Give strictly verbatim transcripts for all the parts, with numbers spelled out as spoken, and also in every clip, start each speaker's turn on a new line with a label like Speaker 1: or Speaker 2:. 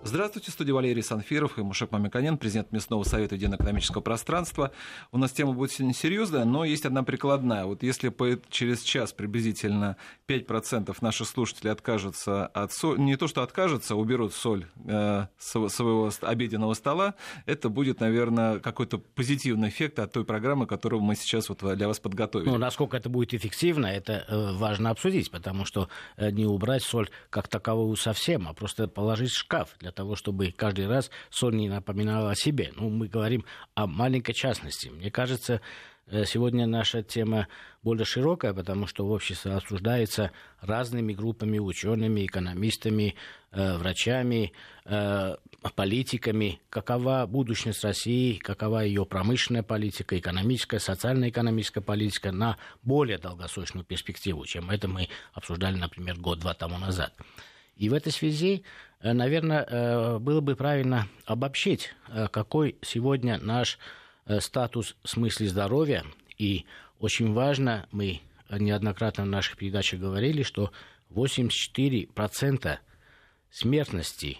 Speaker 1: Здравствуйте, в студии Валерий Санфиров и Мушек Мамиканян, президент Местного совета единоэкономического пространства. У нас тема будет сегодня серьезная, но есть одна прикладная. Вот если по, через час приблизительно пять процентов наших слушателей откажутся от соли, не то что откажутся, уберут соль э, с своего обеденного стола, это будет, наверное, какой-то позитивный эффект от той программы, которую мы сейчас вот для вас подготовили.
Speaker 2: Ну, насколько это будет эффективно, это э, важно обсудить, потому что э, не убрать соль как таковую совсем, а просто положить в шкаф для того, чтобы каждый раз соль не напоминала о себе. Ну, мы говорим о маленькой частности. Мне кажется, сегодня наша тема более широкая, потому что общество обсуждается разными группами, учеными, экономистами, э, врачами, э, политиками. Какова будущность России, какова ее промышленная политика, экономическая, социально-экономическая политика на более долгосрочную перспективу, чем это мы обсуждали, например, год-два тому назад. И в этой связи, наверное, было бы правильно обобщить, какой сегодня наш статус в смысле здоровья. И очень важно, мы неоднократно в наших передачах говорили, что восемьдесят четыре процента смертности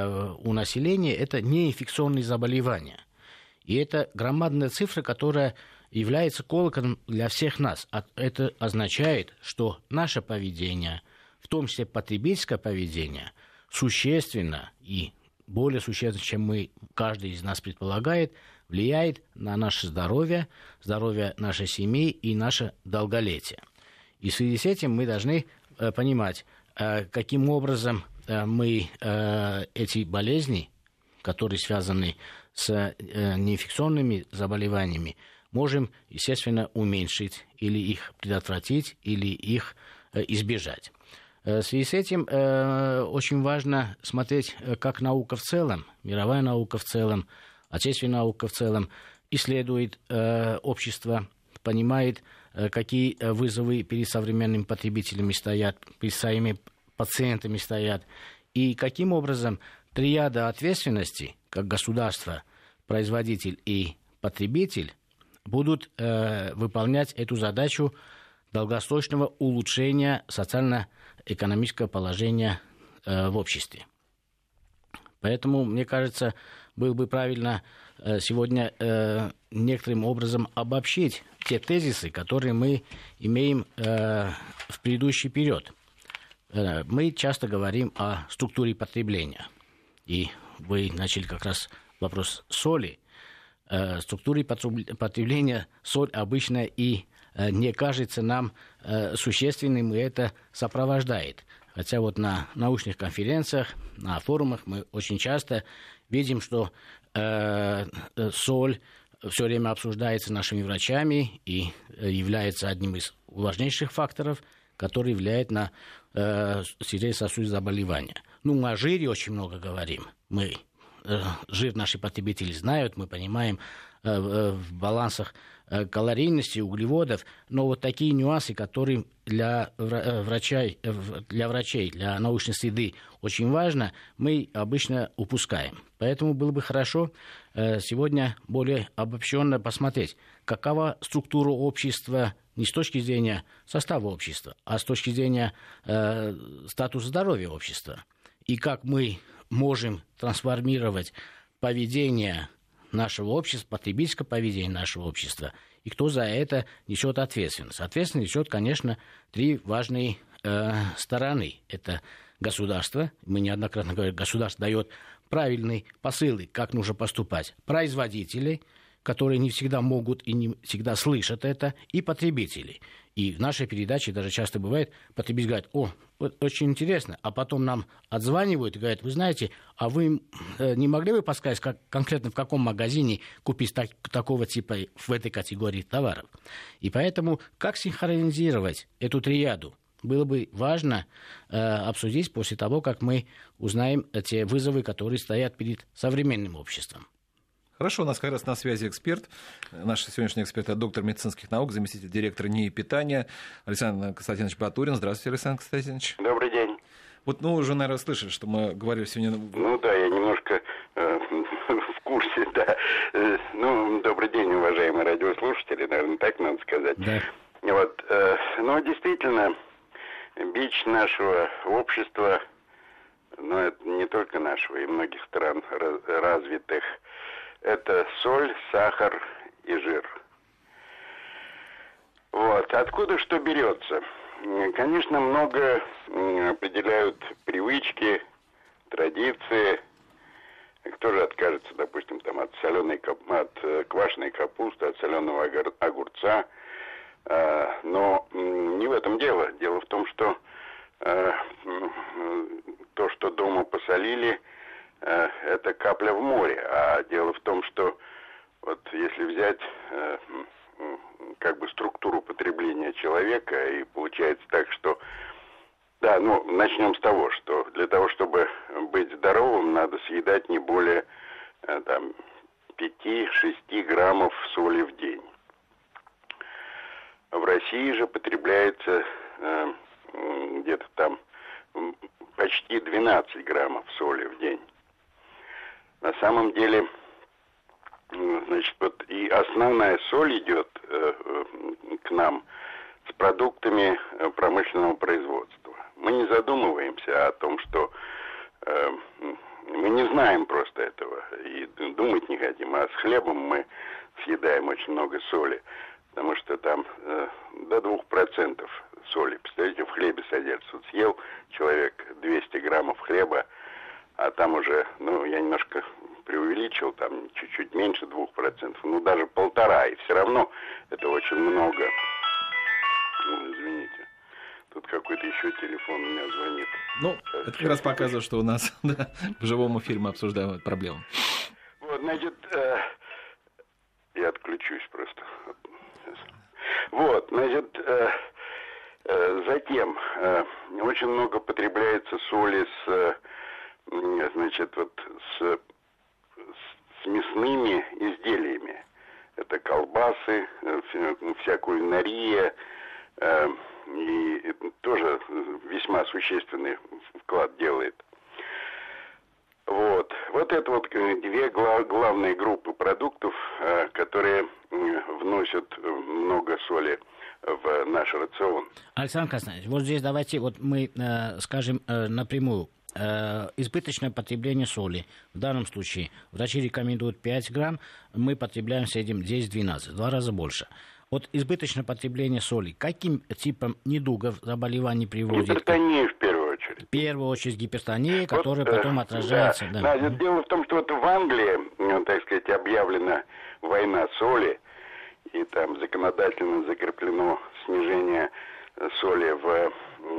Speaker 2: у населения – это неинфекционные заболевания. И это громадная цифра, которая является колоколом для всех нас. Это означает, что наше поведение, в том числе потребительское поведение, существенно и более существенно, чем мы, каждый из нас предполагает, влияет на наше здоровье, здоровье нашей семьи и наше долголетие. И в связи с этим мы должны э, понимать, э, каким образом э, мы э, эти болезни, которые связаны с э, неинфекционными заболеваниями, можем, естественно, уменьшить или их предотвратить, или их э, избежать. В связи с этим э, очень важно смотреть, как наука в целом, мировая наука в целом, отечественная наука в целом исследует э, общество, понимает, э, какие вызовы перед современными потребителями стоят, перед своими пациентами стоят, и каким образом триада ответственности, как государство, производитель и потребитель, будут э, выполнять эту задачу долгосрочного улучшения социально-экономического положения э, в обществе. Поэтому, мне кажется, было бы правильно э, сегодня э, некоторым образом обобщить те тезисы, которые мы имеем э, в предыдущий период. Э, мы часто говорим о структуре потребления. И вы начали как раз вопрос соли. Э, в структуре потребления соль обычно и не кажется нам э, существенным, и это сопровождает. Хотя вот на научных конференциях, на форумах мы очень часто видим, что э, соль все время обсуждается нашими врачами и является одним из важнейших факторов, который влияет на э, сердечно-сосудистые заболевания. Ну, мы о жире очень много говорим. Мы, э, жир наши потребители знают, мы понимаем э, в балансах калорийности, углеводов, но вот такие нюансы, которые для врачей, для врачей, для научной среды очень важно, мы обычно упускаем. Поэтому было бы хорошо сегодня более обобщенно посмотреть, какова структура общества не с точки зрения состава общества, а с точки зрения э, статуса здоровья общества. И как мы можем трансформировать поведение нашего общества, потребительское поведение нашего общества, и кто за это несет ответственность. Ответственность несет, конечно, три важные э, стороны. Это государство, мы неоднократно говорим, государство дает правильные посылы, как нужно поступать. Производители, которые не всегда могут и не всегда слышат это, и потребители. И в нашей передаче даже часто бывает, потребитель говорит: о, вот очень интересно, а потом нам отзванивают и говорят: вы знаете, а вы не могли бы подсказать, как, конкретно в каком магазине купить так, такого типа в этой категории товаров? И поэтому как синхронизировать эту триаду? Было бы важно э, обсудить после того, как мы узнаем те вызовы, которые стоят перед современным обществом.
Speaker 1: Хорошо, у нас как раз на связи эксперт, наш сегодняшний эксперт, это доктор медицинских наук, заместитель директора НИИ питания Александр Константинович Батурин. Здравствуйте, Александр Константинович.
Speaker 3: Добрый день.
Speaker 1: Вот, ну, уже, наверное, слышали, что мы говорили сегодня...
Speaker 3: Ну да, я немножко э, в курсе, да. Э, ну, добрый день, уважаемые радиослушатели, наверное, так надо сказать.
Speaker 2: Да.
Speaker 3: Вот, э, ну, действительно, бич нашего общества, ну, это не только нашего, и многих стран развитых, это соль, сахар и жир. Вот. Откуда что берется? Конечно, много определяют привычки, традиции. Кто же откажется, допустим, там, от соленой, от квашеной капусты, от соленого огурца? Но не в этом дело. Дело в том, что то, что дома посолили, это капля в море. А дело в том, что вот если взять как бы структуру потребления человека, и получается так, что да, ну, начнем с того, что для того, чтобы быть здоровым, надо съедать не более там пяти-шести граммов соли в день. В России же потребляется э, где-то там почти двенадцать граммов соли в день. На самом деле, значит, вот и основная соль идет э, к нам с продуктами промышленного производства. Мы не задумываемся о том, что э, мы не знаем просто этого и думать не хотим. А с хлебом мы съедаем очень много соли, потому что там э, до двух процентов соли. Представляете, в хлебе содержится. Вот съел человек двести граммов хлеба, а там уже, ну, я немножко преувеличил, там чуть-чуть меньше двух процентов, ну, даже полтора, и все равно это очень много. Ну, извините. Тут какой-то еще телефон у меня звонит.
Speaker 1: Ну, сейчас, это как раз показывает, что у нас да, в живом эфире мы обсуждаем эту проблему.
Speaker 3: Вот, значит, э, я отключусь просто. Вот, значит, э, э, затем э, очень много потребляется соли с, э, значит, вот с, с мясными изделиями. Это колбасы, э, вся кулинария, э, и тоже весьма существенный вклад делает. Вот. Вот это вот две главные группы продуктов, которые вносят много соли в наш рацион.
Speaker 2: Александр Константинович, вот здесь давайте вот мы э, скажем э, напрямую. Э, избыточное потребление соли. В данном случае врачи рекомендуют пять грамм, мы потребляем в среднем десять-двенадцать, в два раза больше. Вот избыточное потребление соли каким типом недугов, заболеваний приводит?
Speaker 3: Гипертония в первую очередь.
Speaker 2: В первую очередь гипертония, которая вот, потом
Speaker 3: э,
Speaker 2: отражается.
Speaker 3: Да.
Speaker 2: Да.
Speaker 3: Да, дело в том, что вот в Англии, ну, так сказать, объявлена война соли, и там законодательно закреплено снижение соли в,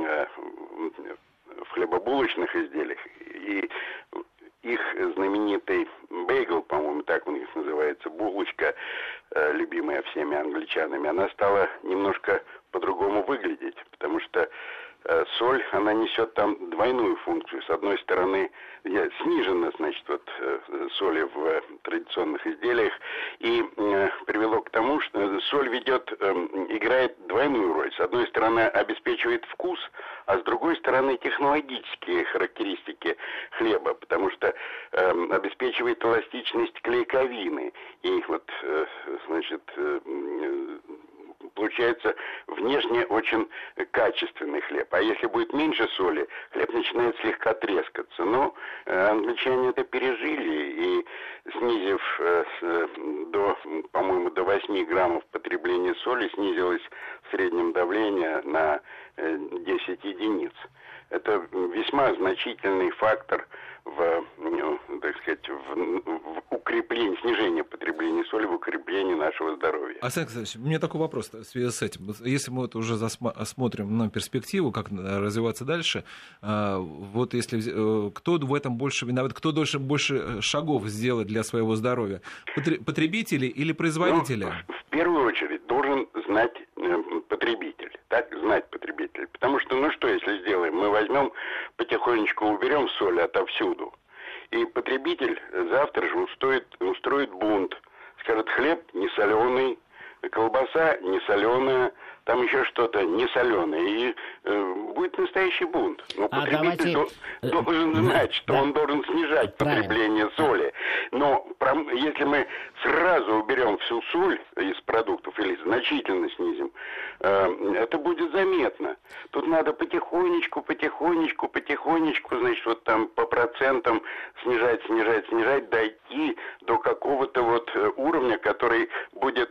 Speaker 3: в хлебобулочных изделиях. И их знаменитый бейгл, по-моему, так у них называется, булочка, э, любимая всеми англичанами, она стала немножко по-другому выглядеть, потому что э, соль, она несет там двойную функцию. С одной стороны, снижена, значит, вот, э, соли в э, традиционных изделиях, и э, привело к тому, что соль ведет, э, играет двойную роль. С одной стороны, обеспечивает вкус, а с другой стороны, технологические характеристики хлеба, потому что э, обеспечивает эластичность клейковины. И вот, э, значит, э, получается внешне очень качественный хлеб. А если будет меньше соли, хлеб начинает слегка трескаться. Но э, англичане это пережили, и снизив э, с, до, по-моему, до восьми граммов потребления соли, снизилось в среднем давление на э, десять единиц. Это весьма значительный фактор в, ну, так сказать, в, в укреплении, снижении потребления соли, в укреплении нашего здоровья.
Speaker 1: Александр Александрович, у меня такой вопрос в связи с этим. Если мы вот уже осмотрим на перспективу, как развиваться дальше, вот если кто в этом больше виноват, кто должен больше шагов сделать для своего здоровья? Потребители или производители?
Speaker 3: Ну, в первую очередь должен знать потребитель, так, знать потребитель. Потому что, ну что, если сделаем, мы возьмем, потихонечку уберем соль отовсюду, и потребитель завтра же устроит, устроит бунт. Скажет, хлеб не соленый, колбаса не соленая, там еще что-то не соленое. И э, будет настоящий бунт. Но
Speaker 2: а
Speaker 3: потребитель
Speaker 2: давайте...
Speaker 3: до, должен знать, что да. он должен снижать
Speaker 2: Правильно.
Speaker 3: потребление соли. Но если мы сразу уберем всю соль из продуктов или значительно снизим, это будет заметно. Тут надо потихонечку, потихонечку, потихонечку, значит, вот там по процентам снижать, снижать, снижать, дойти до какого-то вот уровня, который будет,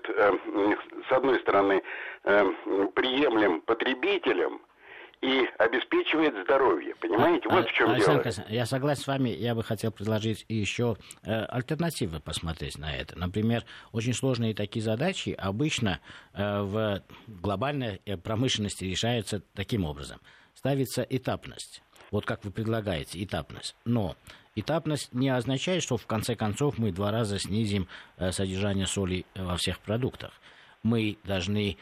Speaker 3: с одной стороны, приемлем потребителям, и обеспечивает здоровье. Понимаете? А, вот а, в чем
Speaker 2: Александр
Speaker 3: дело.
Speaker 2: Я согласен с вами. Я бы хотел предложить еще э, альтернативы посмотреть на это. Например, очень сложные такие задачи обычно э, в глобальной промышленности решаются таким образом. Ставится этапность. Вот как вы предлагаете, этапность. Но этапность не означает, что в конце концов мы два раза снизим э, содержание соли во всех продуктах. Мы должны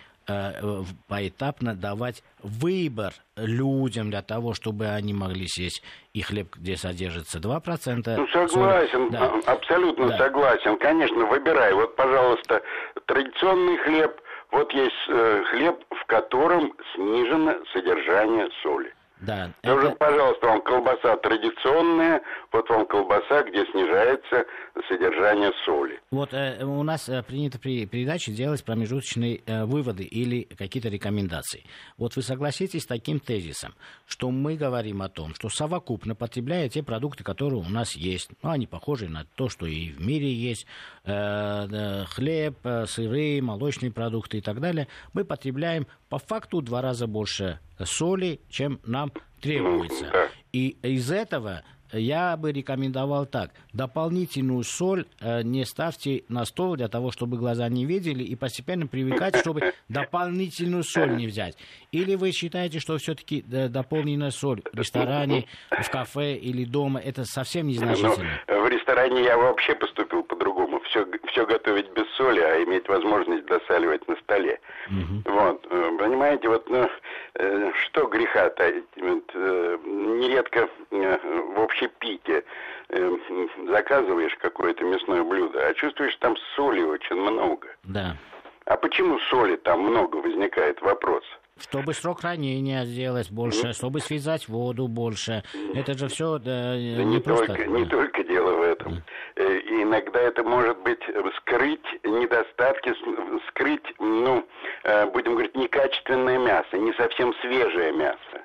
Speaker 2: поэтапно давать выбор людям для того, чтобы они могли съесть и хлеб, где содержится два процента.
Speaker 3: Ну, согласен, да. абсолютно да. согласен. Конечно, выбирай. Вот, пожалуйста, традиционный хлеб. Вот есть э, хлеб, в котором снижено содержание соли.
Speaker 2: Да,
Speaker 3: Тоже,
Speaker 2: это...
Speaker 3: пожалуйста, вам колбаса традиционная, вот вам колбаса, где снижается содержание соли.
Speaker 2: Вот э, у нас э, принято при передаче делать промежуточные э, выводы или какие-то рекомендации. Вот вы согласитесь с таким тезисом, что мы говорим о том, что совокупно потребляя те продукты, которые у нас есть, ну, они похожи на то, что и в мире есть, э, э, хлеб, э, сыры, молочные продукты и так далее, мы потребляем по факту в два раза больше соли, чем нам требуется.
Speaker 3: Ну, да.
Speaker 2: И из этого я бы рекомендовал так. Дополнительную соль э, не ставьте на стол для того, чтобы глаза не видели, и постепенно привыкать, чтобы дополнительную соль не взять. Или вы считаете, что все-таки э, дополнительная соль в ресторане, в кафе или дома, это совсем незначительно?
Speaker 3: Ну, в ресторане я вообще поступил по-другому. Все, все готовить без соли, а иметь возможность досаливать на столе. Угу. Вот, понимаете, вот ну, э, что греха-то? Вот, э, нередко э, в общепите э, заказываешь какое-то мясное блюдо, а чувствуешь, там соли очень много.
Speaker 2: Да.
Speaker 3: А почему соли там много, возникает вопрос?
Speaker 2: Чтобы срок хранения сделать больше, mm. чтобы связать воду больше. Это же все да,
Speaker 3: да
Speaker 2: не,
Speaker 3: не
Speaker 2: просто...
Speaker 3: Только, не только дело в этом. Mm. И иногда это может быть скрыть недостатки, скрыть, ну, будем говорить, некачественное мясо, не совсем свежее мясо.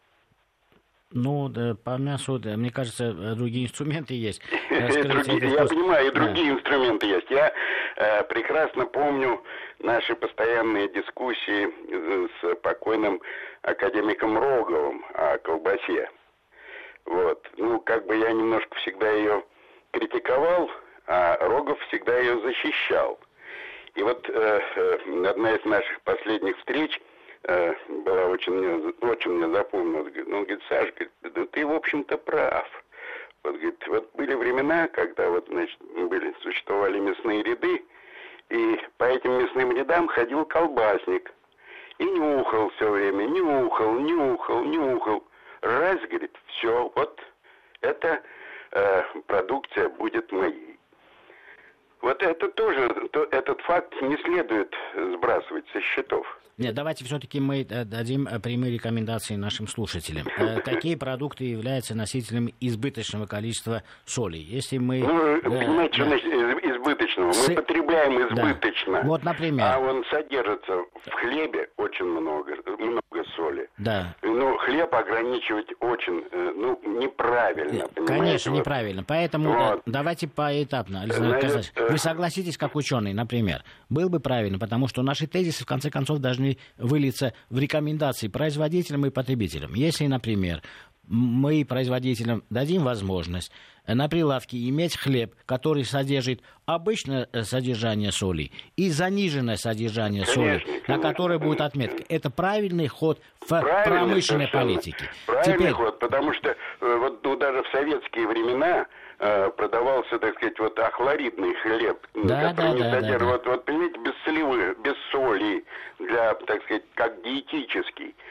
Speaker 2: Ну, да, по мясу, да, мне кажется, другие инструменты есть.
Speaker 3: Другие, я понимаю, и другие да. инструменты есть. Я э, прекрасно помню наши постоянные дискуссии с покойным академиком Роговым о колбасе. Вот. Ну, как бы я немножко всегда ее критиковал, а Рогов всегда ее защищал. И вот э, э, одна из наших последних встреч была очень, очень мне запомнилась. Он говорит, Саша, говорит, да ты, в общем-то, прав. Вот, говорит, вот были времена, когда вот, значит, были, существовали мясные ряды, и по этим мясным рядам ходил колбасник. И нюхал все время, нюхал, нюхал, нюхал. Раз, говорит, все, вот эта э, продукция будет моей. Вот это тоже, то, этот факт не следует сбрасывать со счетов.
Speaker 2: Нет, давайте все-таки мы дадим прямые рекомендации нашим слушателям. Какие продукты являются носителями избыточного количества соли? Если мы...
Speaker 3: Ну, понимаете, что значит избыточного?
Speaker 2: С...
Speaker 3: Мы потребляем избыточно.
Speaker 2: Да. Вот, например...
Speaker 3: А он содержится в хлебе очень много, много соли.
Speaker 2: Да.
Speaker 3: Ну, хлеб ограничивать очень, ну, неправильно.
Speaker 2: Конечно,
Speaker 3: вот.
Speaker 2: неправильно. Поэтому вот. давайте поэтапно, Александр Казачевич. Вы согласитесь, как ученый, например, был бы правильно, потому что наши тезисы, в конце концов, должны выльется в рекомендации производителям и потребителям. Если, например, мы производителям дадим возможность на прилавке иметь хлеб, который содержит обычное содержание соли и заниженное содержание конечно, соли, конечно. на которое будет отметка. Это правильный ход в правильный, промышленной совершенно. политике.
Speaker 3: Правильный
Speaker 2: Теперь...
Speaker 3: ход, потому что вот, ну, даже в советские времена продавался, так сказать, вот ахлоридный хлеб,
Speaker 2: да,
Speaker 3: который
Speaker 2: да,
Speaker 3: не
Speaker 2: да,
Speaker 3: содержит,
Speaker 2: да,
Speaker 3: вот, вот, понимаете, без солевых, без соли, для, так сказать, как диетический.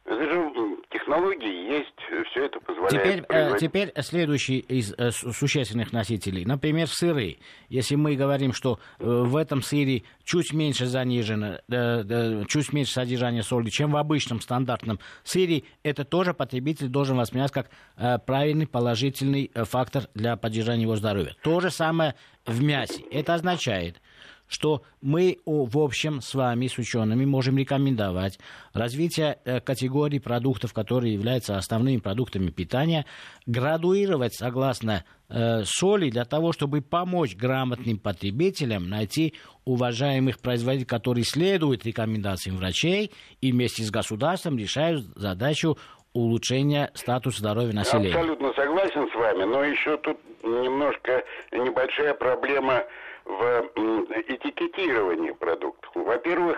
Speaker 3: Это же технологии есть, все это позволяет
Speaker 2: Теперь,
Speaker 3: производить.
Speaker 2: теперь следующий из существенных носителей. Например, сыры. Если мы говорим, что в этом сыре чуть меньше занижено, чуть меньше содержания соли, чем в обычном стандартном сыре, это тоже потребитель должен воспринимать как правильный, положительный фактор для поддержания его здоровья. То же самое в мясе. Это означает, что мы, в общем, с вами, с учеными, можем рекомендовать развитие категорий продуктов, которые являются основными продуктами питания, градуировать согласно э, соли для того, чтобы помочь грамотным потребителям найти уважаемых производителей, которые следуют рекомендациям врачей и вместе с государством решают задачу улучшения статуса здоровья населения.
Speaker 3: Я абсолютно согласен с вами, но еще тут немножко небольшая проблема в этикетировании продуктов. Во-первых,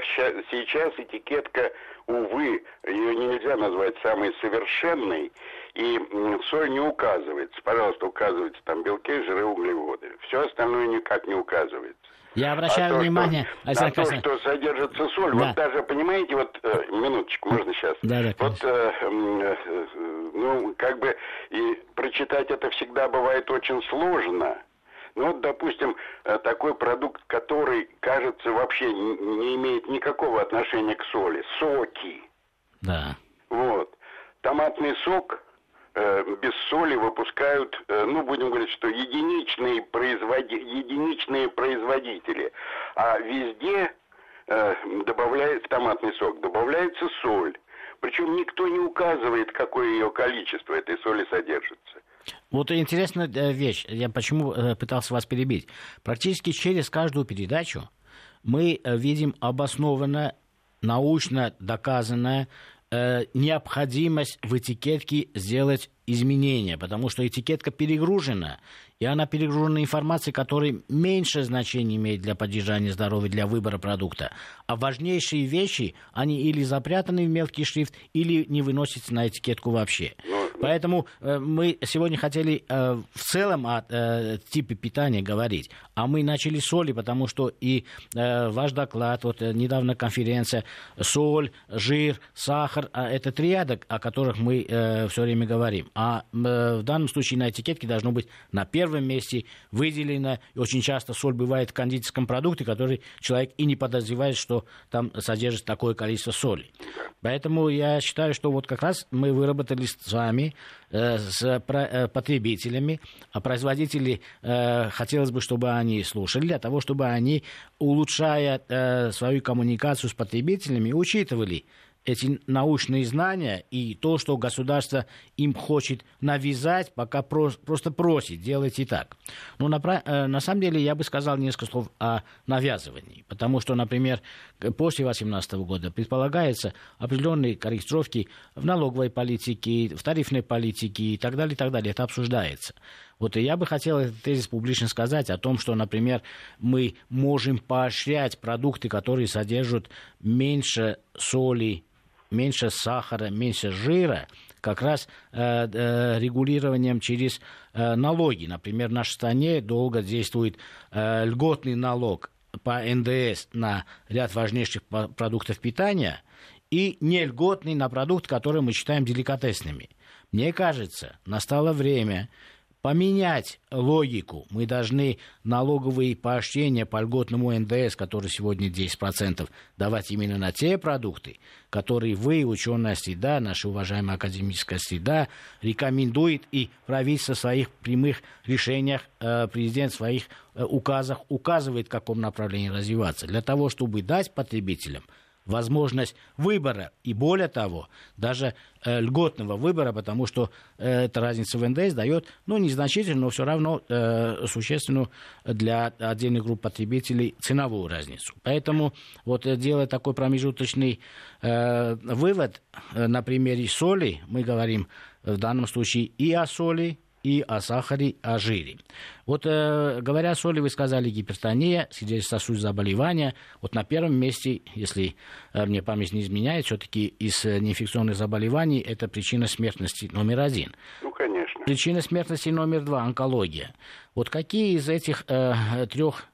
Speaker 3: сейчас этикетка, увы, ее нельзя назвать самой совершенной, и соль не указывается. Пожалуйста, указывайте там белки, жиры, углеводы. Все остальное никак не указывается.
Speaker 2: Я обращаю а внимание,
Speaker 3: то, что, на то, что содержится соль. Да. Вот даже, понимаете, вот, э, минуточку, можно сейчас?
Speaker 2: Да, да,
Speaker 3: вот, э, э, ну, как бы, и прочитать это всегда бывает очень сложно. Ну, вот, допустим, такой продукт, который, кажется, вообще не имеет никакого отношения к соли. Соки.
Speaker 2: Да.
Speaker 3: Вот. Томатный сок э, без соли выпускают, э, ну, будем говорить, что единичные, производи... единичные производители. А везде э, добавляет, в томатный сок добавляется соль. Причем никто не указывает, какое ее количество этой соли содержится.
Speaker 2: Вот интересная вещь. Я почему пытался вас перебить. Практически через каждую передачу мы видим обоснованно, научно доказанное э, необходимость в этикетке сделать изменения, потому что этикетка перегружена, и она перегружена информацией, которая меньше значения имеет для поддержания здоровья, для выбора продукта. А важнейшие вещи, они или запрятаны в мелкий шрифт, или не выносятся на этикетку вообще. Поэтому э, мы сегодня хотели э, в целом о э, типе питания говорить, а мы начали с соли, потому что и э, ваш доклад, вот э, недавно конференция, соль, жир, сахар, э, это триада, о которых мы э, все время говорим. А э, в данном случае на этикетке должно быть на первом месте выделено, и очень часто соль бывает в кондитерском продукте, который человек и не подозревает, что там содержит такое количество соли. Поэтому я считаю, что вот как раз мы выработали с вами, э, с э, потребителями, а производители, э, хотелось бы, чтобы они слушали, для того, чтобы они, улучшая э, свою коммуникацию с потребителями, учитывали эти научные знания и то, что государство им хочет навязать, пока прос, просто просит, делайте так. Но на, на самом деле я бы сказал несколько слов о навязывании, потому что, например, после две тысячи восемнадцатого года предполагается определенные корректировки в налоговой политике, в тарифной политике и так далее, и так далее. Это обсуждается. Вот и я бы хотел этот тезис публично сказать о том, что, например, мы можем поощрять продукты, которые содержат меньше соли, меньше сахара, меньше жира, как раз э, э, регулированием через э, налоги. Например, в нашей стране долго действует э, льготный налог по эн дэ эс на ряд важнейших продуктов питания и не льготный на продукты, которые мы считаем деликатесными. Мне кажется, настало время поменять логику. Мы должны налоговые поощрения по льготному эн дэ эс, который сегодня десять процентов, давать именно на те продукты, которые вы, ученая среда, наша уважаемая академическая среда, рекомендует, и правительство в своих прямых решениях, президент в своих указах указывает, в каком направлении развиваться, для того, чтобы дать потребителям возможность выбора, и более того, даже э, льготного выбора, потому что э, эта разница в эн дэ эс дает, ну, незначительную, но все равно э, существенную для отдельных групп потребителей ценовую разницу. Поэтому, вот делая такой промежуточный э, вывод, э, на примере соли, мы говорим в данном случае и о соли, и о сахаре, о жире. Вот э, говоря о соли, вы сказали гипертония, сердечно-сосудистые заболевания. Вот на первом месте, если э, мне память не изменяет, все-таки из э, неинфекционных заболеваний это причина смертности номер один.
Speaker 3: Ну, конечно.
Speaker 2: Причина смертности номер два – онкология. Вот какие из этих э, трех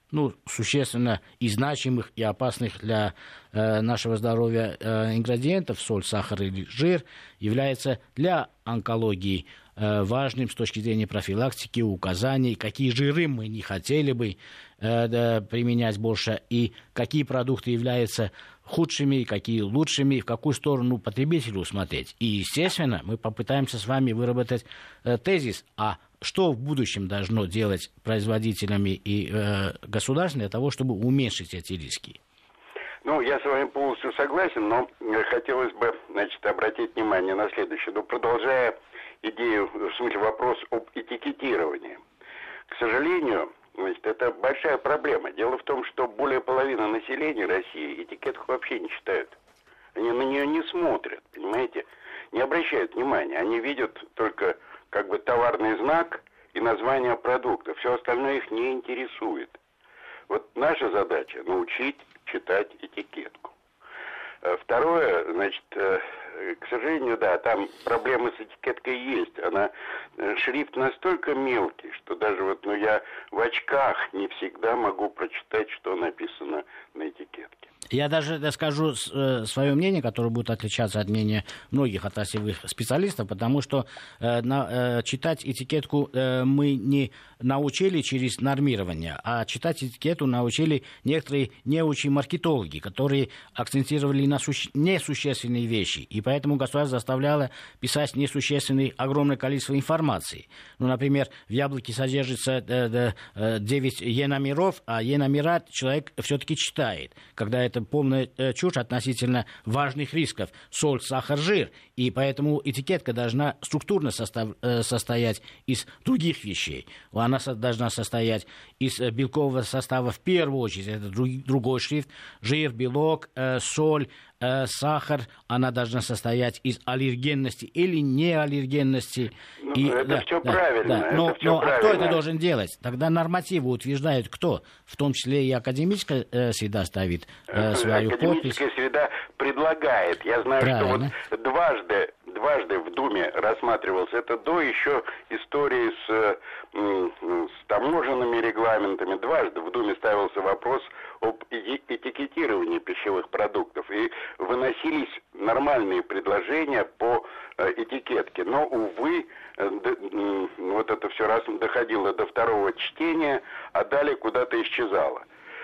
Speaker 2: ну, существенно и значимых, и опасных для э, нашего здоровья э, ингредиентов, соль, сахар или жир, является для онкологии э, важным с точки зрения профилактики, указаний, какие жиры мы не хотели бы э, да, применять больше, и какие продукты являются худшими, какие лучшими, в какую сторону потребителю смотреть. И, естественно, мы попытаемся с вами выработать э, тезис, а что в будущем должно делать производителями и э, государством для того, чтобы уменьшить эти риски?
Speaker 3: Ну, я с вами полностью согласен, но хотелось бы, значит, обратить внимание на следующее. Ну, продолжая идею, в смысле, вопрос об этикетировании. К сожалению, значит, это большая проблема. Дело в том, что более половины населения России этикетку вообще не читают. Они на нее не смотрят, понимаете? Не обращают внимания. Они видят только как бы товарный знак и название продукта. Все остальное их не интересует. Вот наша задача — научить читать этикетку. Второе, значит, к сожалению, да, там проблемы с этикеткой есть. Она, шрифт настолько мелкий, что даже вот, ну, я в очках не всегда могу прочитать, что написано на этикетке.
Speaker 2: Я даже скажу э, свое мнение, которое будет отличаться от мнения многих отраслевых специалистов, потому что э, на, э, читать этикетку э, мы не научили через нормирование, а читать этикетку научили некоторые неучи-маркетологи, которые акцентировали на суще... несущественные вещи, и поэтому государство заставляло писать несущественное огромное количество информации. Ну, например, в яблоке содержится э, э, девять Е-номеров, а Е-номера человек все-таки читает, когда это полная э, чушь относительно важных рисков — соль, сахар, жир. И поэтому этикетка должна структурно состав, э, состоять из других вещей. Она со, должна состоять из э, белкового состава в первую очередь. Это друг, другой шрифт. Жир, белок, э, соль, э, сахар. Она должна состоять из аллергенности или неаллергенности.
Speaker 3: Ну,
Speaker 2: и,
Speaker 3: это
Speaker 2: да,
Speaker 3: все
Speaker 2: да,
Speaker 3: правильно.
Speaker 2: Да.
Speaker 3: Это
Speaker 2: Но,
Speaker 3: все
Speaker 2: но
Speaker 3: правильно.
Speaker 2: А кто это должен делать? Тогда нормативы утверждают кто? В том числе и академическая э, среда ставит э, свою
Speaker 3: Академическая
Speaker 2: подпись.
Speaker 3: среда предлагает. Я знаю,
Speaker 2: Правильно.
Speaker 3: что вот дважды, дважды в Думе рассматривался это до еще истории с, с таможенными регламентами. Дважды в Думе ставился вопрос об этикетировании пищевых продуктов. И выносились нормальные предложения по этикетке. Но, увы, вот это все раз доходило до второго чтения, а далее куда-то исчезало.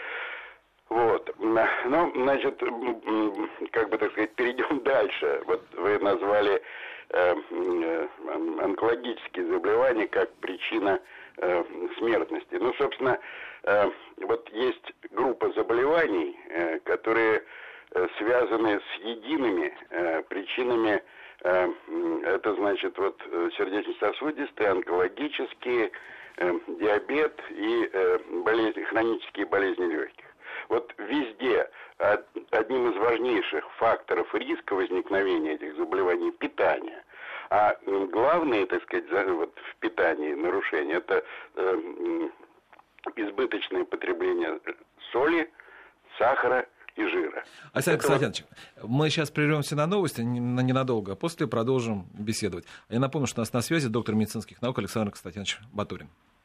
Speaker 3: Вот. Ну, значит, как бы так сказать, перейдем дальше. Вот вы назвали э, э, онкологические заболевания как причина э, смертности. Ну, собственно, э, вот есть группа заболеваний, э, которые э, связаны с едиными э, причинами. Э, это, значит, вот сердечно-содсудистые, онкологические, э, диабет и э, болезни, хронические болезни легких. Вот везде одним из важнейших факторов риска возникновения этих заболеваний питание. А главное, так сказать, вот в питании нарушение — это э, избыточное потребление соли, сахара и жира.
Speaker 1: Александр
Speaker 3: Это
Speaker 1: Константинович, вот... мы сейчас прервемся на новости на ненадолго, а после продолжим беседовать. Я напомню, что у нас на связи доктор медицинских наук Александр Константинович Батурин.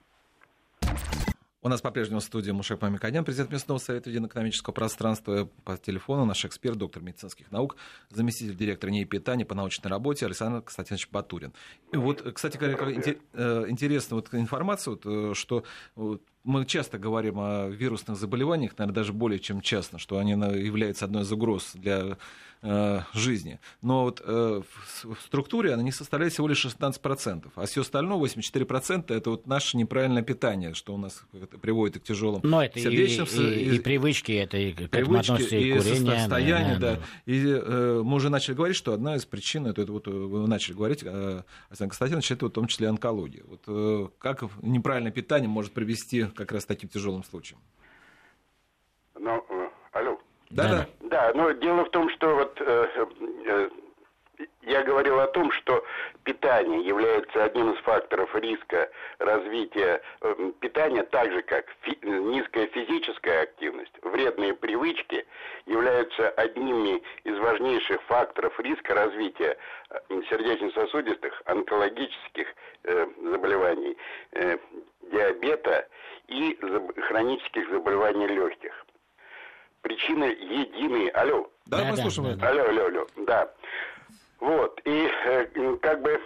Speaker 1: У нас по-прежнему в студии Мушек Мамиканян, президент Местного совета единоэкономического пространства. По телефону наш эксперт, доктор медицинских наук, заместитель директора НИИ питания по научной работе Александр Константинович Батурин. И вот, кстати говоря, интересная вот информация, вот, что мы часто говорим о вирусных заболеваниях, наверное, даже более чем часто, что они являются одной из угроз для э, жизни. Но вот э, в, в структуре они составляют всего лишь шестнадцать процентов, а все остальное, восемьдесят четыре процента, это вот наше неправильное питание, что у нас приводит к тяжелым
Speaker 2: Но это
Speaker 1: сердечным...
Speaker 2: И, и, и, и привычки, это и к этому относится и,
Speaker 1: и
Speaker 2: курение.
Speaker 1: состояние, да,
Speaker 2: да,
Speaker 1: да. И э, мы уже начали говорить, что одна из причин, это, это вот вы начали говорить, э, Александр Константинович, это вот, в том числе онкология. Вот, э, как неправильное питание может привести как раз к таким тяжелым случаям?
Speaker 3: Ну, э, алло.
Speaker 1: Да, да.
Speaker 3: Да, но дело в том, что вот э, э, я говорил о том, что питание является одним из факторов риска развития э, питания, так же как фи- низкая физическая активность, вредные привычки являются одними из важнейших факторов риска развития э, сердечно-сосудистых, онкологических э, заболеваний, э, диабета и хронических заболеваний легких. Причины единые. Алло.
Speaker 1: Да,
Speaker 2: да
Speaker 1: мы
Speaker 2: да,
Speaker 1: слушаем.
Speaker 2: да,
Speaker 3: Алло, алло, алло. Да. Вот. И э, как бы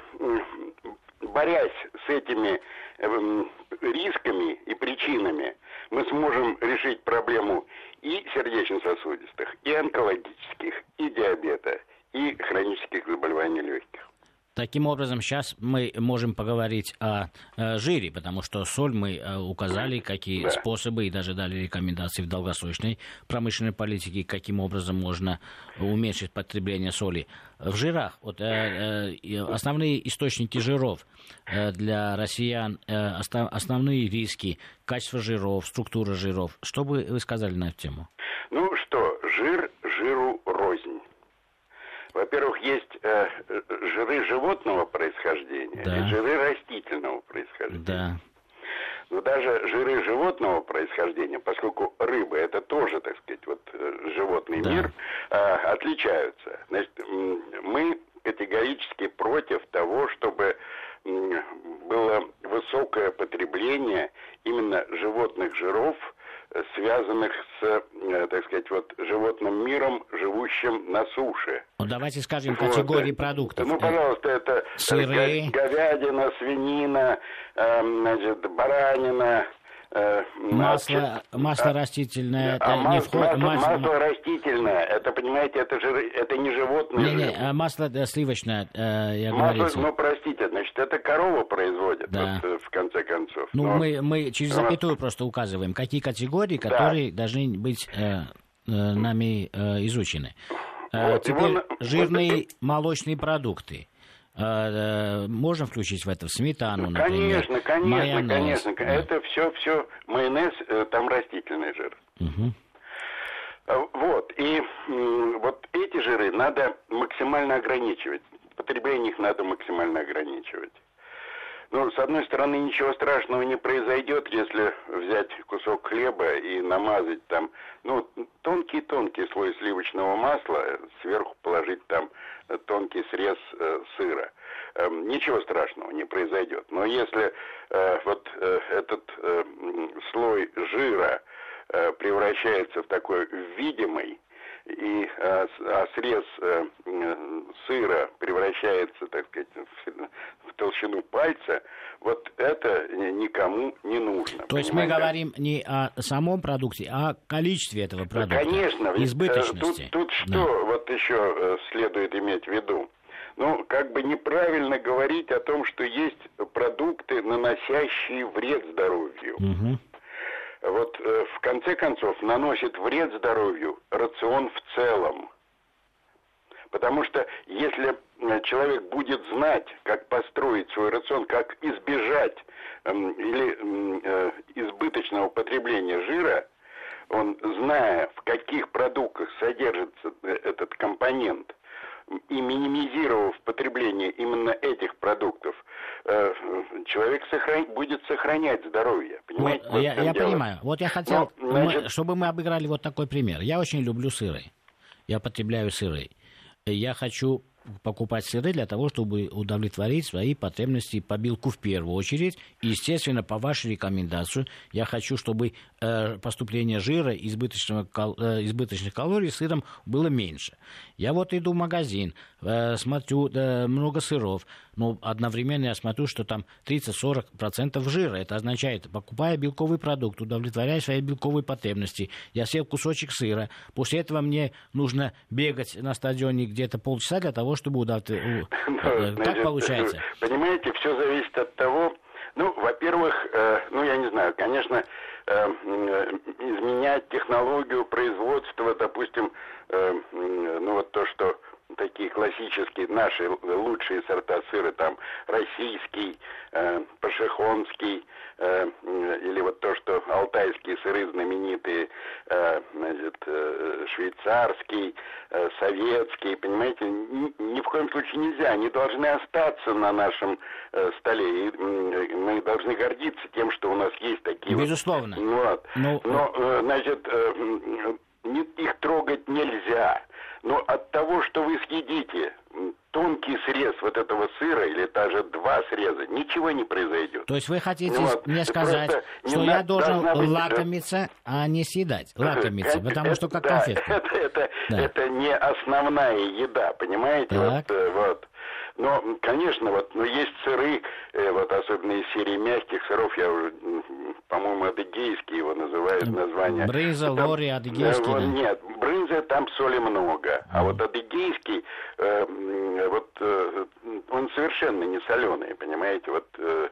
Speaker 3: борясь с этими э, рисками и причинами, мы сможем решить проблему и сердечно-сосудистых, и онкологических, и диабета, и хронических заболеваний легких.
Speaker 2: Таким образом, сейчас мы можем поговорить о, о жире, потому что соль мы э, указали, какие
Speaker 3: да.
Speaker 2: способы, и даже дали рекомендации в долгосрочной промышленной политике, каким образом можно уменьшить потребление соли. В жирах, вот, э, э, основные источники жиров э, для россиян, э, остав, основные риски, качество жиров, структура жиров. Что бы вы сказали на эту тему?
Speaker 3: Ну что, жир жиру рознь. Во-первых, есть э, жиры животного происхождения
Speaker 2: да.
Speaker 3: и жиры растительного происхождения.
Speaker 2: Да.
Speaker 3: Но даже жиры животного происхождения, поскольку рыба это тоже, так сказать, вот животный
Speaker 2: да.
Speaker 3: мир, э, отличаются. Значит, мы категорически против того, чтобы было высокое потребление именно животных жиров, связанных с, так сказать, вот животным миром, живущим на суше.
Speaker 2: Ну, давайте скажем категории
Speaker 3: вот.
Speaker 2: продуктов.
Speaker 3: Ну, пожалуйста, это
Speaker 2: сыры,
Speaker 3: говядина, свинина, э, значит, баранина, э,
Speaker 2: масло,
Speaker 3: значит,
Speaker 2: масло растительное,
Speaker 3: а,
Speaker 2: это
Speaker 3: масло,
Speaker 2: не входит.
Speaker 3: масло, масло растительное, это, понимаете, это же это не животное.
Speaker 2: Не, не, а масло да, сливочное, э, я
Speaker 3: масло,
Speaker 2: говорю.
Speaker 3: ну, простите, значит, это корова производит,
Speaker 2: да.
Speaker 3: вот, в конце концов.
Speaker 2: Ну,
Speaker 3: Но...
Speaker 2: мы, мы через запятую просто указываем, какие категории, которые да. должны быть э, э, нами э, изучены. Э,
Speaker 3: вот,
Speaker 2: теперь
Speaker 3: его...
Speaker 2: жирные
Speaker 3: вот...
Speaker 2: молочные продукты. Э, э, можно включить в это в сметану,
Speaker 3: ну,
Speaker 2: например,
Speaker 3: конечно, конечно,
Speaker 2: майонез.
Speaker 3: конечно. Да. Это все, все майонез, там растительный жир.
Speaker 2: Угу.
Speaker 3: Вот, и вот эти жиры надо максимально ограничивать. Потребление их надо максимально ограничивать. Ну, с одной стороны, ничего страшного не произойдет, если взять кусок хлеба и намазать там, ну, тонкий-тонкий слой сливочного масла, сверху положить там тонкий срез э, сыра. Э, ничего страшного не произойдет. Но если э, вот э, этот э, слой жира э, превращается в такой видимый, и а, а срез а, сыра превращается, так сказать, в, в толщину пальца, вот это никому не нужно.
Speaker 2: То есть мы говорим не о самом продукте, а о количестве этого продукта.
Speaker 3: Конечно.
Speaker 2: Избыточности.
Speaker 3: Тут, тут что
Speaker 2: да.
Speaker 3: вот еще следует иметь в виду? Ну, как бы неправильно говорить о том, что есть продукты, наносящие вред здоровью.
Speaker 2: Угу.
Speaker 3: Вот э, в конце концов наносит вред здоровью рацион в целом. Потому что если человек будет знать, как построить свой рацион, как избежать э, или э, избыточного потребления жира, он, зная, в каких продуктах содержится этот компонент, и минимизировав потребление именно этих продуктов, человек сохран... будет сохранять здоровье. Понимаете?
Speaker 2: Вот, я я понимаю. Вот я хотел,
Speaker 3: Но, значит...
Speaker 2: мы, чтобы мы обыграли вот такой пример. Я очень люблю сыры. Я потребляю сыры. Я хочу покупать сыры для того, чтобы удовлетворить свои потребности по белку в первую очередь. И, естественно, по вашей рекомендации, я хочу, чтобы э, поступление жира, избыточного, э, избыточных калорий сыром было меньше. Я вот иду в магазин, э, смотрю э, много сыров, но одновременно я смотрю, что там тридцать-сорок процентов жира. Это означает, покупая белковый продукт, удовлетворяя свои белковые потребности, я съел кусочек сыра, после этого мне нужно бегать на стадионе где-то полчаса для того, чтобы удовлетворить. Как получается?
Speaker 3: Понимаете, все зависит от того, ну, во-первых, э, ну, я не знаю, конечно, э, изменять технологию производства, допустим, э, ну, вот то, что такие классические, наши лучшие сорта сыра, там, российский, э, пашихонский, э, или вот то, что алтайские сыры знаменитые, э, значит, э, швейцарский, э, советский, понимаете, ни, ни в коем случае нельзя, они должны остаться на нашем э, столе, и э, мы должны гордиться тем, что у нас есть такие.
Speaker 2: Безусловно.
Speaker 3: Вот.
Speaker 2: Ну...
Speaker 3: Но, э, значит, э, их трогать нельзя. Но от того, что вы съедите тонкий срез вот этого сыра, или даже два среза, ничего не произойдет.
Speaker 2: То есть вы хотите
Speaker 3: вот.
Speaker 2: мне сказать, что я должен быть... лакомиться, а не съедать? Лакомиться, это, потому что как
Speaker 3: да,
Speaker 2: конфетка.
Speaker 3: Это, это,
Speaker 2: да.
Speaker 3: это не основная еда, понимаете? Вот, вот. Но, конечно, вот, но есть сыры, э, вот особенно из серии мягких сыров, я уже, по-моему, адыгейский его называют, название.
Speaker 2: Брынза, лори, адыгейский,
Speaker 3: э,
Speaker 2: да?
Speaker 3: Нет, брынза, там соли много, mm. а вот адыгейский, э, вот, э, он совершенно не соленый, понимаете, вот... Э,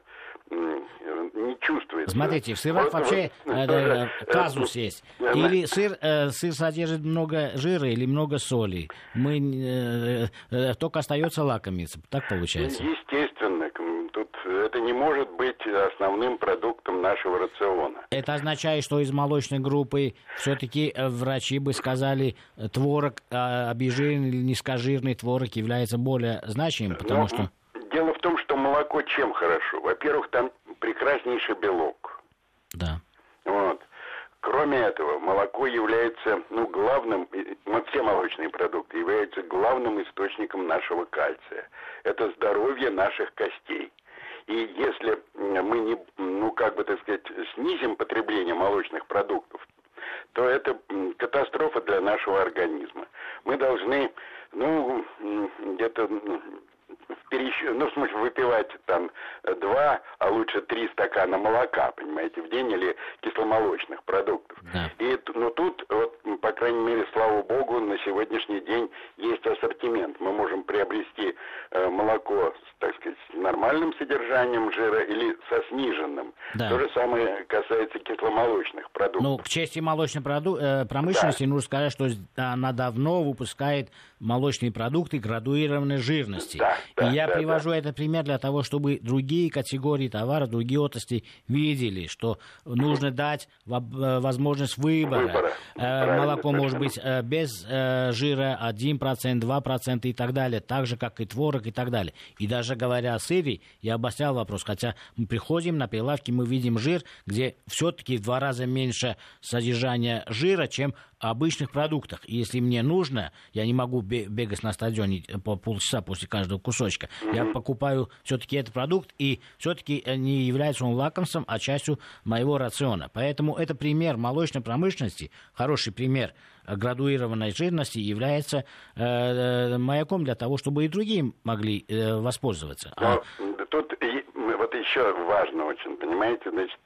Speaker 3: не чувствуется.
Speaker 2: Смотрите, в сырах вот, вообще вот, э, тоже, казус э, есть. Э, или сыр, э, сыр содержит много жира, или много соли. Мы э, э, только остается лакомиться. Так получается?
Speaker 3: Естественно. Тут это не может быть основным продуктом нашего рациона.
Speaker 2: Это означает, что из молочной группы все-таки врачи бы сказали, творог, обезжиренный или низкожирный творог является более значимым, потому Но... что...
Speaker 3: Дело в том, что молоко чем хорошо? Во-первых, там прекраснейший белок.
Speaker 2: Да.
Speaker 3: Вот. Кроме этого, молоко является, ну, главным, вот все молочные продукты являются главным источником нашего кальция. Это здоровье наших костей. И если мы не, ну, как бы, так сказать, снизим потребление молочных продуктов, то это катастрофа для нашего организма. Мы должны, ну, где-то... В пересчет, ну, в смысле, выпивать там два, а лучше три стакана молока, понимаете, в день или кисломолочных продуктов.
Speaker 2: Да.
Speaker 3: И, ну, тут, вот, по крайней мере, слава богу, на сегодняшний день есть ассортимент. Мы можем приобрести э, молоко, так сказать, с нормальным содержанием жира или со сниженным.
Speaker 2: Да.
Speaker 3: То же самое касается кисломолочных продуктов.
Speaker 2: Ну, к чести молочной проду- э, промышленности, да. нужно сказать, что она давно выпускает молочные продукты градуированной жирности.
Speaker 3: Да, да,
Speaker 2: и я
Speaker 3: да,
Speaker 2: привожу
Speaker 3: да.
Speaker 2: этот пример для того, чтобы другие категории товаров, другие отрасли видели, что нужно дать возможность выбора.
Speaker 3: Выбора.
Speaker 2: Э, молоко может быть э, без э, жира один процент, два процента и так далее, так же, как и творог и так далее. И даже говоря о сыре, я обострял вопрос, хотя мы приходим на прилавки, мы видим жир, где все-таки в два раза меньше содержания жира, чем в обычных продуктах. И если мне нужно, я не могу бегать на стадионе по полчаса после каждого кусочка. Mm-hmm. Я покупаю все-таки этот продукт, и все-таки не является он лакомством, а частью моего рациона. Поэтому это пример молочной промышленности, хороший пример градуированной жирности, является э, маяком для того, чтобы и другие могли э, воспользоваться.
Speaker 3: Но, а... Тут и, вот еще важно очень, понимаете, значит,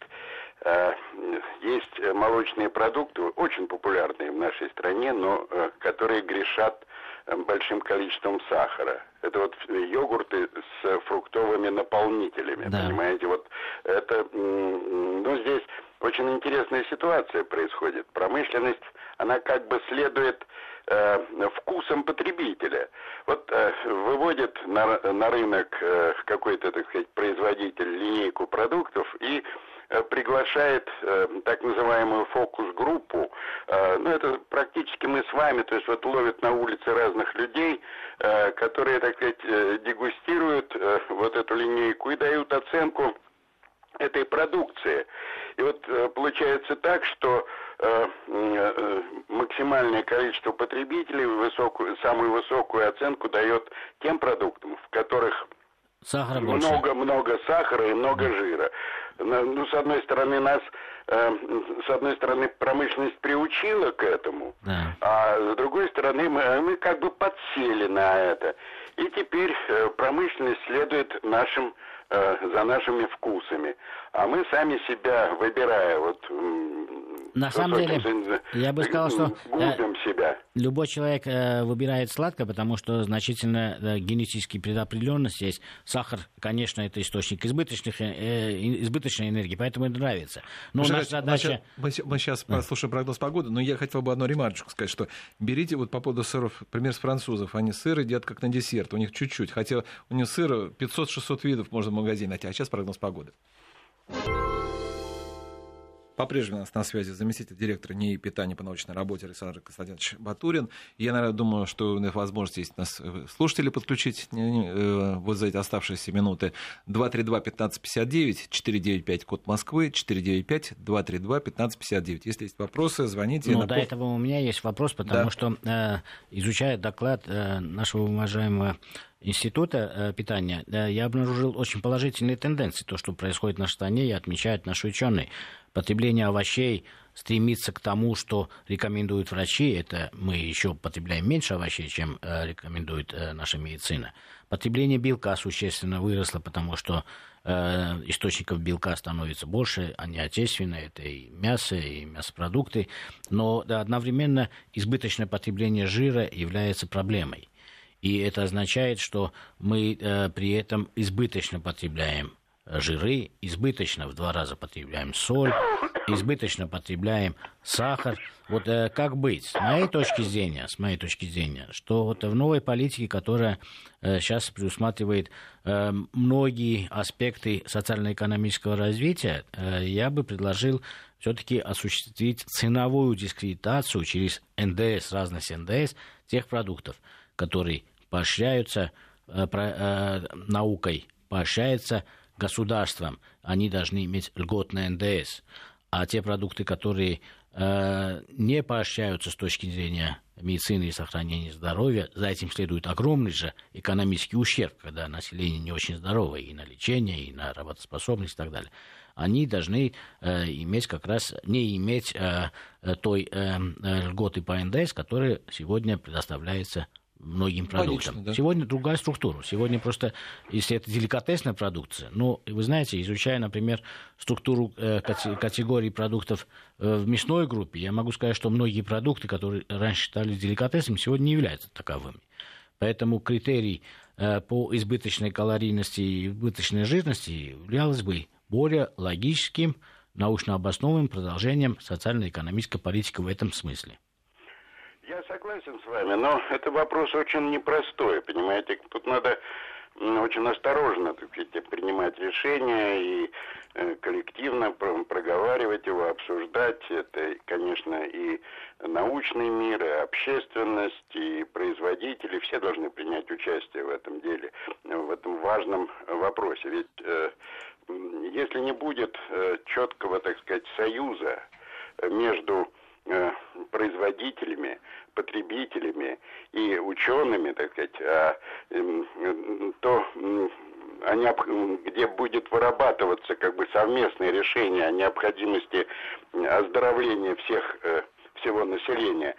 Speaker 3: э, есть молочные продукты, очень популярные в нашей стране, но э, которые грешат большим количеством сахара. Это вот йогурты с фруктовыми наполнителями, да. Понимаете, вот это, ну, здесь очень интересная ситуация происходит. Промышленность, она как бы следует э, вкусам потребителя. Вот э, выводит на, на рынок э, какой-то, так сказать, производитель линейку продуктов и приглашает э, так называемую фокус-группу. Э, ну, это практически мы с вами, то есть вот ловят на улице разных людей, э, которые, так сказать, э, дегустируют э, вот эту линейку и дают оценку этой продукции. И вот э, получается так, что э, э, максимальное количество потребителей высокую, самую высокую оценку дает тем продуктам, в которых много-много сахара и много да. жира. Ну, с одной стороны, нас, э, с одной стороны, промышленность приучила к этому, да. а с другой стороны, мы, мы как бы подсели на это. И теперь э, промышленность следует нашим, э, за нашими вкусами. А мы сами себя, выбирая, вот...
Speaker 2: На самом деле, я бы сказал, что
Speaker 3: губим себя.
Speaker 2: Любой человек э, выбирает сладкое, потому что значительно э, генетически предопределенность есть. Сахар, конечно, это источник избыточных, э, избыточной энергии, поэтому это нравится. Но
Speaker 1: Слушай,
Speaker 2: наша задача...
Speaker 1: Мы, мы сейчас да. послушаем прогноз погоды, но я хотел бы одну ремарочку сказать, что берите вот по поводу сыров, пример с французов, они сыр едят как на десерт, у них чуть-чуть, хотя у них сыра пятьсот-шестьсот видов можно в магазине найти, а сейчас прогноз погоды. По-прежнему у нас на связи заместитель директора НИИ питания по научной работе Александр Константинович Батурин. Я, наверное, думаю, что у них возможность есть нас слушатели подключить вот за эти оставшиеся минуты. два три два пятнадцать пятьдесят девять, четыре девять пять, код Москвы, четыре девять пять, два три два пятнадцать пятьдесят девять. Если есть вопросы, звоните.
Speaker 2: Ну, до этого у меня есть вопрос, потому да. что, э, изучая доклад э, нашего уважаемого института питания, я обнаружил очень положительные тенденции. То, что происходит в нашей стране, и отмечают наши ученые. Потребление овощей стремится к тому, что рекомендуют врачи. Это мы еще потребляем меньше овощей, чем рекомендует наша медицина. Потребление белка существенно выросло, потому что э, источников белка становится больше, они отечественные, это и мясо, и мясопродукты. Но да, одновременно избыточное потребление жира является проблемой. И это означает, что мы э, при этом избыточно потребляем жиры, избыточно в два раза потребляем соль, избыточно потребляем сахар. Вот э, как быть? С моей точки зрения, с моей точки зрения, что вот в новой политике, которая э, сейчас предусматривает э, многие аспекты социально-экономического развития, э, я бы предложил все-таки осуществить ценовую дискредитацию через эн дэ эс, разность эн дэ эс, тех продуктов, которые поощряются э, про, э, наукой, поощряются государством, они должны иметь льготный эн дэ эс. А те продукты, которые э, не поощряются с точки зрения медицины и сохранения здоровья, за этим следует огромный же экономический ущерб, когда население не очень здоровое и на лечение, и на работоспособность и так далее. Они должны э, иметь как раз, не иметь э, той э, льготы по эн дэ эс, которая сегодня предоставляется многим продуктам. Логично, да. Сегодня другая структура. Сегодня просто, если это деликатесная продукция, ну, вы знаете, изучая, например, структуру э, категорий продуктов э, в мясной группе, я могу сказать, что многие продукты, которые раньше считались деликатесами, сегодня не являются таковыми. Поэтому критерий э, по избыточной калорийности и избыточной жирности являлся бы более логическим, научно обоснованным продолжением социально-экономической политики в этом смысле.
Speaker 3: Я согласен с вами, но это вопрос очень непростой, понимаете. Тут надо очень осторожно, так сказать, принимать решения и э, коллективно проговаривать его, обсуждать. Это, конечно, и научный мир, и общественность, и производители. Все должны принять участие в этом деле, в этом важном вопросе. Ведь э, если не будет э, четкого, так сказать, союза между производителями, потребителями и учеными, так сказать, а, то они, где будет вырабатываться как бы совместное решение о необходимости оздоровления всех, всего населения,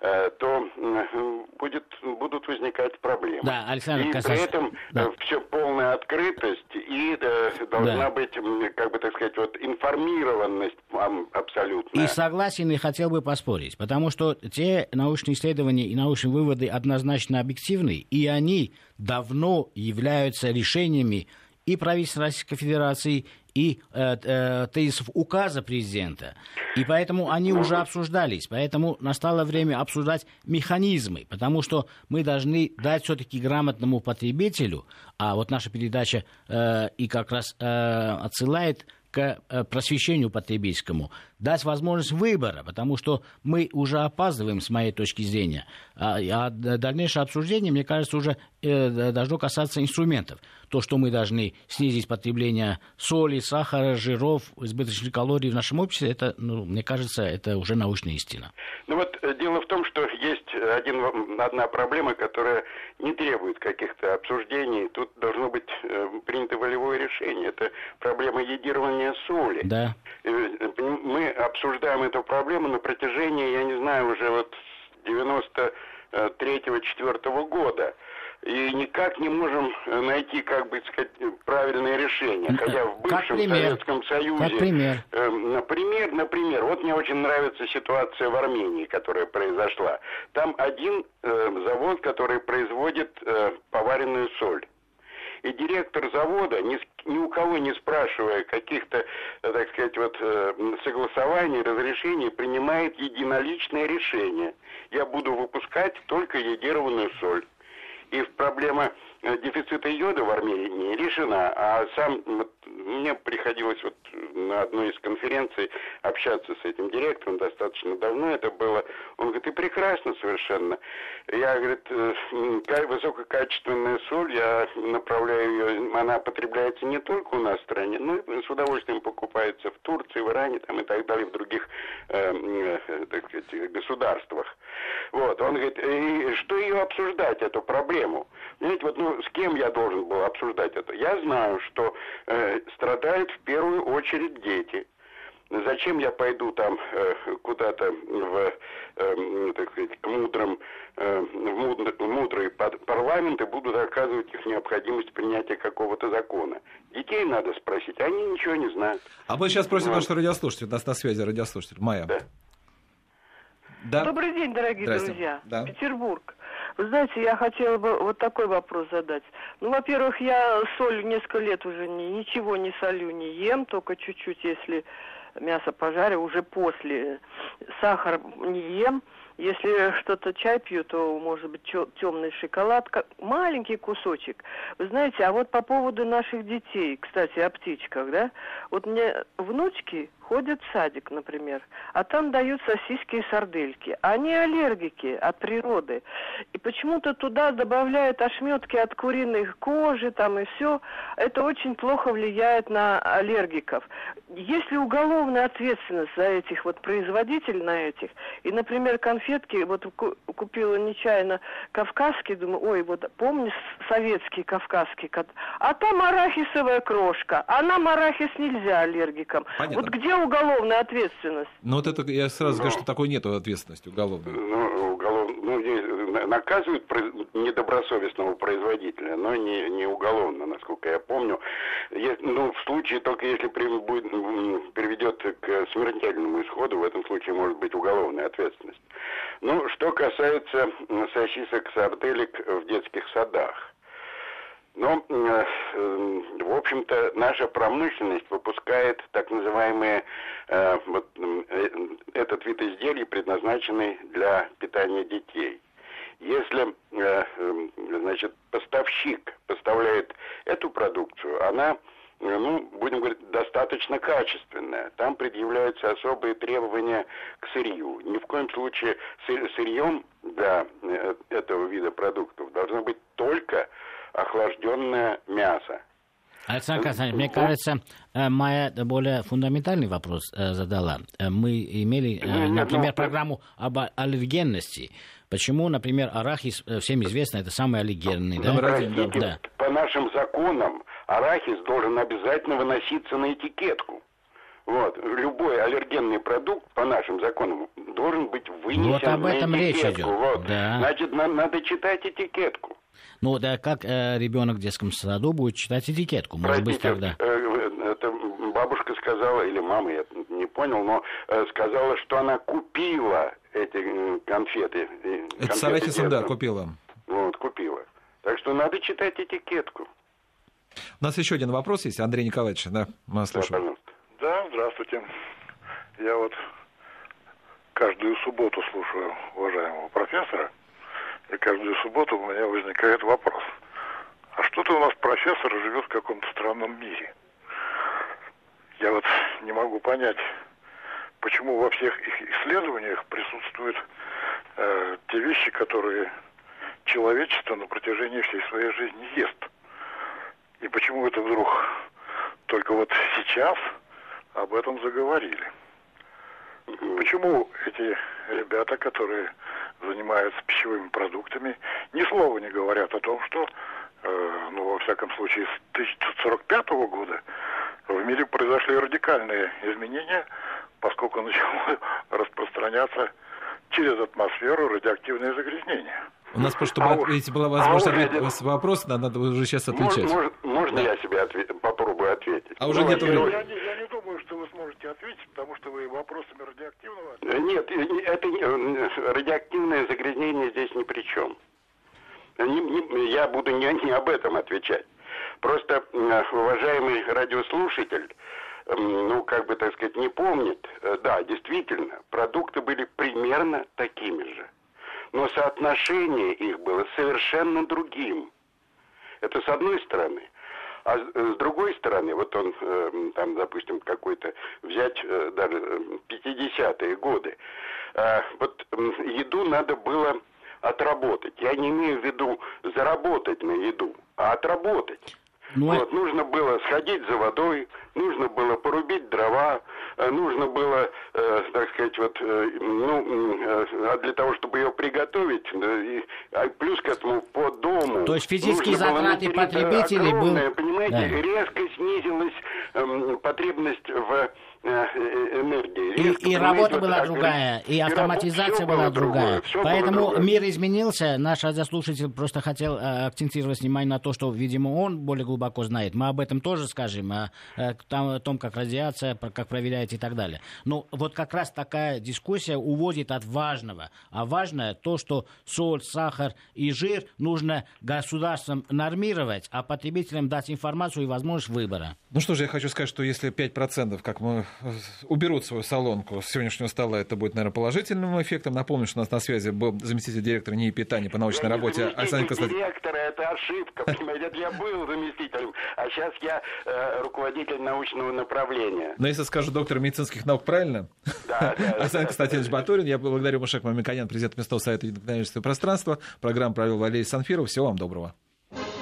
Speaker 3: то будет, будут возникать проблемы.
Speaker 2: Да, Александр
Speaker 3: и
Speaker 2: Касас...
Speaker 3: при этом да. все полная открытость и должна да. быть, как бы так сказать, вот информированность абсолютно.
Speaker 2: И согласен, и хотел бы поспорить, потому что те научные исследования и научные выводы однозначно объективны, и они давно являются решениями и правительства Российской Федерации, и э, э, тезисов указа президента. И поэтому они уже обсуждались. Поэтому настало время обсуждать механизмы. Потому что мы должны дать все-таки грамотному потребителю, а вот наша передача э, и как раз э, отсылает к просвещению потребительскому, дать возможность выбора, потому что мы уже опаздываем, с моей точки зрения. А, а дальнейшее обсуждение, мне кажется, уже э, должно касаться инструментов. То, что мы должны снизить потребление соли, сахара, жиров, избыточных калорий в нашем обществе, это, ну, мне кажется, это уже научная истина.
Speaker 3: Ну вот дело в том, что есть один, одна проблема, которая не требует каких-то обсуждений. Тут должно быть э, принято волевое решение. Это проблема йодирования соли.
Speaker 2: Да.
Speaker 3: Мы обсуждаем эту проблему на протяжении, я не знаю, уже вот с девяносто третьего — четвёртого года. И никак не можем найти, как бы сказать, правильное решение. Хотя в бывшем Советском Союзе...
Speaker 2: Как пример.
Speaker 3: Э, например, например, вот мне очень нравится ситуация в Армении, которая произошла. Там один э, завод, который производит э, поваренную соль. И директор завода, ни, ни у кого не спрашивая каких-то, так сказать, вот, согласований, разрешений, принимает единоличное решение. Я буду выпускать только йодированную соль. И проблема дефицита йода в Армении решена, а сам мне приходилось вот на одной из конференций общаться с этим директором достаточно давно это было. Он говорит, и прекрасно совершенно. Я, говорит, высококачественная соль, я направляю ее, она потребляется не только у нас в стране, но и с удовольствием покупается в Турции, в Иране там, и так далее, в других э, э, так сказать, государствах. Вот, он говорит, и что ее обсуждать, эту проблему? Понимаете, вот, ну, с кем я должен был обсуждать это? Я знаю, что э, страдают в первую очередь дети. Зачем я пойду там э, куда-то в, э, так сказать, к мудрым, э, в мудрый парламент и буду доказывать их необходимость принятия какого-то закона? Детей надо спросить, они ничего не знают.
Speaker 1: А мы сейчас просим нашего радиослушателя, у нас на связи радиослушатель. Майя.
Speaker 3: Да.
Speaker 4: Да. Добрый день, дорогие
Speaker 1: Здрасте.
Speaker 4: друзья.
Speaker 1: Да.
Speaker 4: Петербург. Вы знаете, я хотела бы вот такой вопрос задать. Ну, во-первых, я соль несколько лет уже не, ничего не солю, не ем, только чуть-чуть, если мясо пожарю, уже после. Сахар не ем. Если что-то чай пью, то, может быть, темный шоколад, маленький кусочек. Вы знаете, а вот по поводу наших детей, кстати, о птичках, да? Вот мне внучки ходят в садик, например, а там дают сосиски и сардельки. Они аллергики от природы. И почему-то туда добавляют ошметки от куриной кожи там и все. Это очень плохо влияет на аллергиков. Есть ли уголовная ответственность за этих вот производителей на этих? И, например, конфетки, вот купила нечаянно кавказский, думаю, ой, вот помню советский кавказский, а там арахисовая крошка, а нам арахис нельзя аллергикам.
Speaker 1: Понятно.
Speaker 4: Вот где уголовная ответственность?
Speaker 1: Ну вот это я сразу
Speaker 3: ну,
Speaker 1: скажу, что такой нету ответственности уголовной.
Speaker 3: Ну, уголов... ну, наказывают недобросовестного производителя, но не, не уголовно, насколько я помню. Есть, ну, в случае, только если при, будет, приведет к смертельному исходу, в этом случае может быть уголовная ответственность. Ну, что касается сосисок, сарделек в детских садах. Но, в общем-то, наша промышленность выпускает так называемые, вот, этот вид изделий, предназначенный для питания детей. Если, значит, поставщик поставляет эту продукцию, она, ну, будем говорить, достаточно качественная. Там предъявляются особые требования к сырью. Ни в коем случае сырьем для этого вида продуктов должно быть только охлажденное мясо.
Speaker 2: Александр Константинович, мне кажется, Майя более фундаментальный вопрос задала. Мы имели, например, программу об аллергенности. Почему, например, арахис, всем известно, это самый аллергенный. Да?
Speaker 3: Простите,
Speaker 2: да.
Speaker 3: По нашим законам арахис должен обязательно выноситься на этикетку. Вот. Любой аллергенный продукт, по нашим законам, должен быть вынесен
Speaker 2: вот об этом
Speaker 3: на этикетку.
Speaker 2: Речь идет.
Speaker 3: Вот.
Speaker 2: Да.
Speaker 3: Значит, на, надо читать этикетку.
Speaker 2: Ну, да, как э, ребенок в детском саду будет читать этикетку? Может
Speaker 3: Простите,
Speaker 2: быть, тогда...
Speaker 3: Э, это бабушка сказала, или мама, я не понял, но э, сказала, что она купила эти э, конфеты.
Speaker 1: Это с арахисом, да, купила.
Speaker 3: Вот, купила. Так что надо читать этикетку.
Speaker 1: У нас еще один вопрос есть. Андрей Николаевич, да, мы вас слушаем.
Speaker 3: Да,
Speaker 5: да, здравствуйте. Я вот каждую субботу слушаю уважаемого профессора. И каждую субботу у меня возникает вопрос. А что-то у нас профессор живет в каком-то странном мире. Я вот не могу понять, почему во всех их исследованиях присутствуют э, те вещи, которые человечество на протяжении всей своей жизни ест. И почему это вдруг только вот сейчас об этом заговорили. Почему эти ребята, которые занимаются пищевыми продуктами, ни слова не говорят о том, что, э, ну, во всяком случае, с тысяча девятьсот сорок пятого года в мире произошли радикальные изменения, поскольку начало распространяться через атмосферу радиоактивное загрязнение.
Speaker 1: У нас, чтобы
Speaker 3: а
Speaker 1: видите, была возможность
Speaker 3: а
Speaker 1: ответить на вопрос, надо уже сейчас отвечать.
Speaker 3: Можно, можно
Speaker 1: да.
Speaker 3: я себе ответ, попробую ответить?
Speaker 1: А уже
Speaker 3: ну,
Speaker 1: нет времени.
Speaker 5: Я, я не думаю, что вы сможете ответить, потому что вы вопросами радиоактивного...
Speaker 3: Нет, это не, радиоактивное загрязнение здесь ни при чем. Не, не, я буду не, не об этом отвечать. Просто уважаемый радиослушатель, ну, как бы, так сказать, не помнит. Да, действительно, продукты были примерно такими же. Но соотношение их было совершенно другим. Это с одной стороны. А с другой стороны, вот он, там, допустим, какой-то, взять даже пятидесятые годы, вот еду надо было отработать. Я не имею в виду заработать на еду, а отработать. Ну, вот, нужно было сходить за водой, нужно было порубить дрова, нужно было, э, так сказать, вот, э, ну, э, для того, чтобы ее приготовить, э, а плюс к этому по дому.
Speaker 2: То есть физические затраты потребителей были...
Speaker 3: Понимаете, да. резко снизилась э, потребность в энергии.
Speaker 2: И, и работа вот, была другая, и автоматизация и была другая. Другое, Поэтому мир изменился. Наш радиослушатель просто хотел э, акцентировать внимание на то, что, видимо, он более глубоко знает. Мы об этом тоже скажем, о, о том, как радиация, как проверяется и так далее. Но вот как раз такая дискуссия уводит от важного. А важное то, что соль, сахар и жир нужно государством нормировать, а потребителям дать информацию и возможность выбора.
Speaker 1: Ну что же, я хочу сказать, что если пять процентов, как мы уберут свою солонку с сегодняшнего стола, это будет, наверное, положительным эффектом. Напомню, что у нас на связи был заместитель директора НИИ питания по научной работе Александр Константинович.
Speaker 3: Директора, это ошибка, понимаете, это я был заместителем, а сейчас я э, руководитель научного направления.
Speaker 1: Но если скажу доктор медицинских наук, правильно?
Speaker 3: Да, да.
Speaker 1: Александр Константинович Батурин, я благодарю Мушек Мамиканян, президент Местного совета экономического пространства. Программу провел Валерий Санфиров. Всего вам доброго.